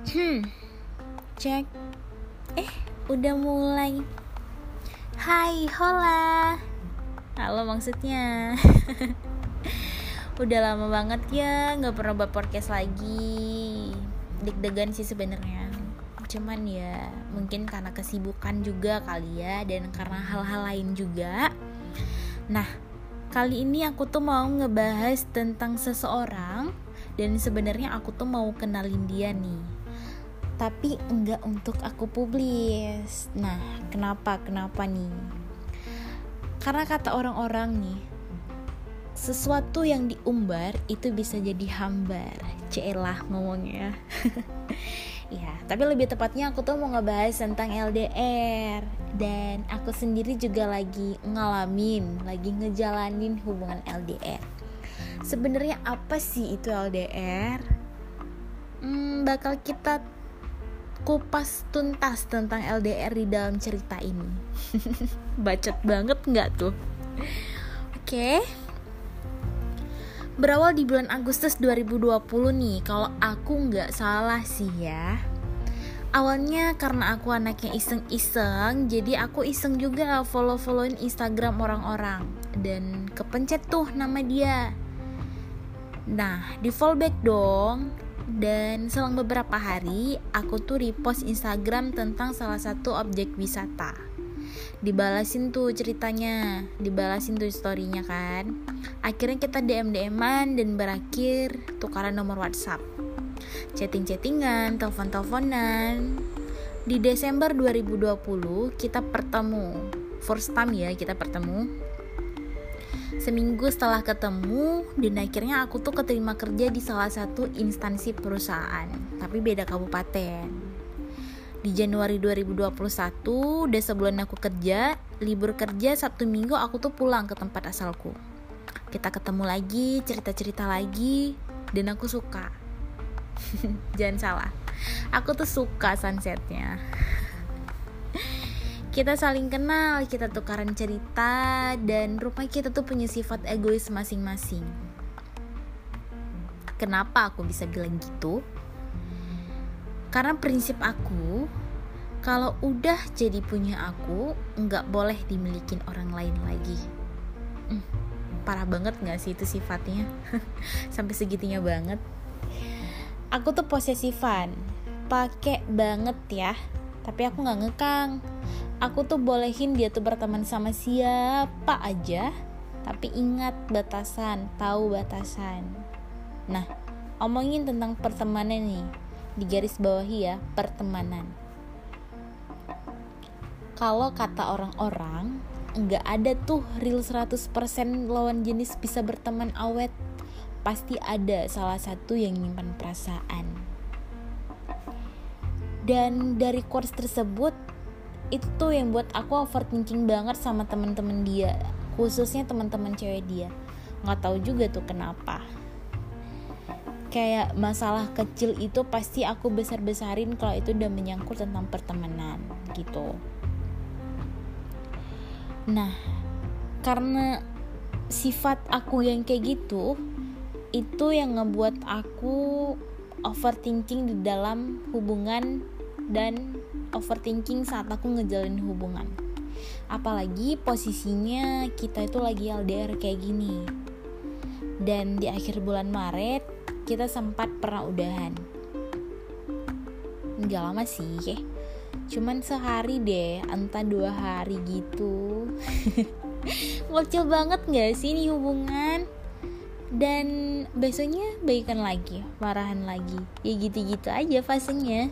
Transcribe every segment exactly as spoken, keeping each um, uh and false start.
Hmm, cek. Eh, udah mulai. Hai, hola. Halo maksudnya. Udah lama banget ya nggak pernah buat podcast lagi. Deg-degan sih sebenarnya. Cuman ya mungkin karena kesibukan juga kali ya, dan karena hal-hal lain juga. Nah, kali ini aku tuh mau ngebahas tentang seseorang, dan sebenarnya aku tuh mau kenalin dia nih. Tapi enggak untuk aku publis. Nah, kenapa? Kenapa nih? Karena kata orang-orang nih, sesuatu yang diumbar itu bisa jadi hambar. Celah ngomongnya. Ya, tapi lebih tepatnya aku tuh mau ngebahas tentang L D R. Dan aku sendiri juga lagi ngalamin, lagi ngejalanin hubungan L D R. Sebenarnya apa sih itu L D R? Hmm, bakal kita kupas tuntas tentang L D R di dalam cerita ini. Bacot banget gak tuh? Oke. Berawal di bulan Agustus dua ribu dua puluh nih, kalau aku gak salah sih ya. Awalnya karena aku anaknya iseng-iseng, jadi aku iseng juga follow-followin Instagram orang-orang. Dan kepencet tuh nama dia. Nah, di follow back dong. Dan selang beberapa hari aku tuh repost Instagram tentang salah satu objek wisata. Dibalasin tuh ceritanya, dibalasin tuh story-nya kan. Akhirnya kita D M D M-an dan berakhir tukaran nomor WhatsApp, chatting-chattingan, telepon-teleponan. Di Desember dua ribu dua puluh kita bertemu. First time ya kita bertemu. Seminggu setelah ketemu, dan akhirnya aku tuh keterima kerja di salah satu instansi perusahaan, tapi beda kabupaten. Di Januari dua ribu dua puluh satu, udah sebulan aku kerja, libur kerja Sabtu Minggu aku tuh pulang ke tempat asalku. Kita ketemu lagi, cerita-cerita lagi, dan aku suka. Jangan salah, aku tuh suka sunsetnya. Kita saling kenal, kita tukaran cerita, dan rupanya kita tuh punya sifat egois masing-masing. Kenapa aku bisa bilang gitu? Karena prinsip aku, kalau udah jadi punya aku, nggak boleh dimilikin orang lain lagi. Hmm, parah banget nggak sih itu sifatnya? Sampai segitunya banget. Aku tuh posesifan, pakai banget ya. Tapi aku nggak ngekang. Aku tuh bolehin dia tuh berteman sama siapa aja, tapi ingat batasan, tahu batasan. Nah, omongin tentang pertemanan nih, di garis bawahi ya, pertemanan. Kalau kata orang-orang, nggak ada tuh real seratus persen lawan jenis bisa berteman awet. Pasti ada salah satu yang nyimpan perasaan. Dan dari quotes tersebut, itu tuh yang buat aku overthinking banget sama teman-teman dia, khususnya teman-teman cewek dia. Nggak tahu juga tuh kenapa. Kayak masalah kecil itu pasti aku besar-besarin kalau itu udah menyangkut tentang pertemanan gitu. Nah, karena sifat aku yang kayak gitu, itu yang ngebuat aku overthinking di dalam hubungan dan overthinking saat aku ngejalin hubungan. Apalagi posisinya kita itu lagi L D R kayak gini. Dan di akhir bulan Maret kita sempat pernah udahan. Nggak lama sih, cuman sehari deh, entah dua hari gitu. Bocil banget gak sih ini hubungan? Dan besoknya baikan lagi, marahan lagi. Ya gitu-gitu aja fasenya.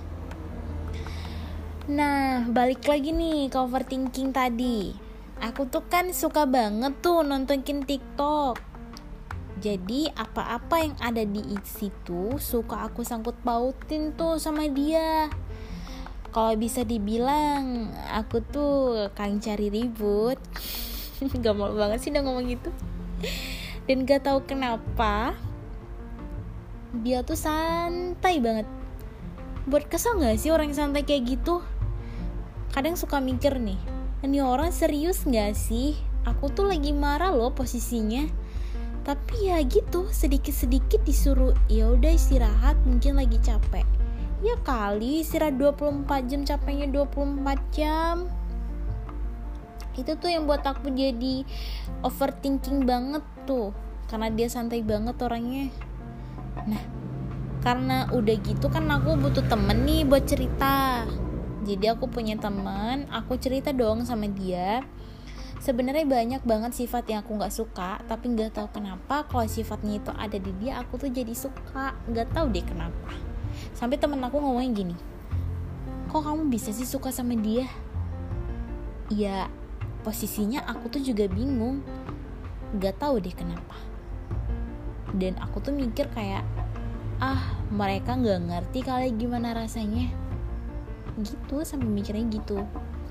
Nah, balik lagi nih ke overthinking tadi. Aku tuh kan suka banget tuh nontonin TikTok. Jadi apa-apa yang ada di situ suka aku sangkut pautin tuh sama dia. Kalau bisa dibilang aku tuh kang cari ribut. Gak mau banget sih udah ngomong gitu. Dan gak tahu kenapa dia tuh santai banget. Buat kesel gak sih orang yang santai kayak gitu? Kadang suka mikir nih, ini orang serius gak sih? Aku tuh lagi marah loh posisinya. Tapi ya gitu, sedikit-sedikit disuruh ya udah istirahat, mungkin lagi capek. Ya kali istirahat dua puluh empat jam, capeknya dua puluh empat jam. Itu tuh yang buat aku jadi overthinking banget tuh, karena dia santai banget orangnya. Nah, karena udah gitu kan aku butuh temen nih buat cerita. Jadi aku punya temen, aku cerita dong sama dia. Sebenarnya banyak banget sifat yang aku nggak suka, tapi nggak tahu kenapa kalau sifatnya itu ada di dia, aku tuh jadi suka. Nggak tahu deh kenapa. Sampai temen aku ngomongin gini, kok kamu bisa sih suka sama dia? Ya posisinya aku tuh juga bingung, nggak tahu deh kenapa. Dan aku tuh mikir kayak, ah mereka nggak ngerti kali gimana rasanya, gitu, sampai mikirnya gitu.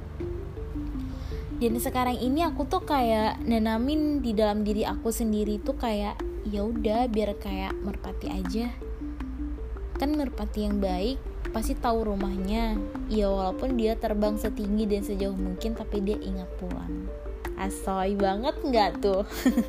Dan sekarang ini aku tuh kayak nanamin di dalam diri aku sendiri tuh kayak, ya udah biar kayak merpati aja. Kan merpati yang baik pasti tahu rumahnya. Ya walaupun dia terbang setinggi dan sejauh mungkin, tapi dia ingat pulang. Asoy banget nggak tuh?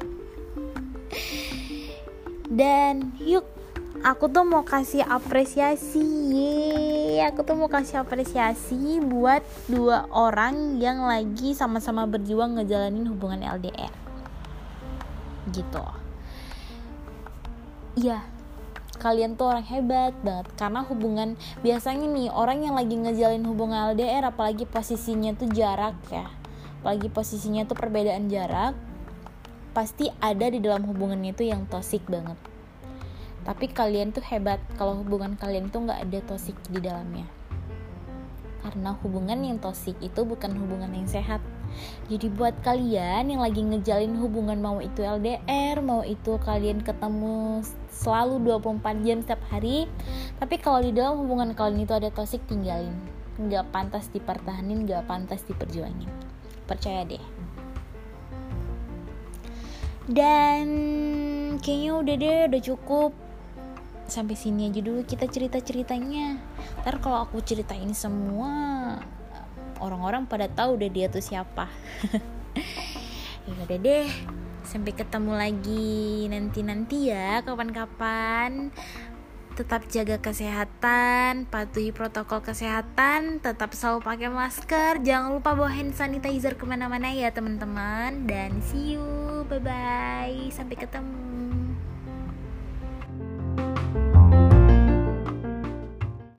Dan yuk, aku tuh mau kasih apresiasi. Yeay, aku tuh mau kasih apresiasi buat dua orang yang lagi sama-sama berjuang ngejalanin hubungan L D R. Gitu. Iya, kalian tuh orang hebat banget. Karena hubungan, biasanya nih orang yang lagi ngejalin hubungan L D R, apalagi posisinya tuh jarak ya, apalagi posisinya tuh perbedaan jarak, pasti ada di dalam hubungannya tuh yang toksik banget. Tapi kalian tuh hebat kalau hubungan kalian tuh gak ada toksik di dalamnya. Karena hubungan yang toksik itu bukan hubungan yang sehat. Jadi buat kalian yang lagi ngejalin hubungan, mau itu L D R, mau itu kalian ketemu selalu dua puluh empat jam setiap hari, tapi kalau di dalam hubungan kalian itu ada toksik, tinggalin. Gak pantas dipertahanin, gak pantas diperjuangin. Percaya deh. Dan kayaknya udah deh, udah cukup. Sampai sini aja dulu kita cerita-ceritanya. Ntar kalau aku ceritain semua, orang-orang pada tahu udah dia tuh siapa. Ya udah deh, sampai ketemu lagi nanti-nanti ya, kapan-kapan. Tetap jaga kesehatan, patuhi protokol kesehatan, tetap selalu pakai masker, jangan lupa bawa hand sanitizer kemana-mana ya teman-teman. Dan see you, bye-bye, sampai ketemu.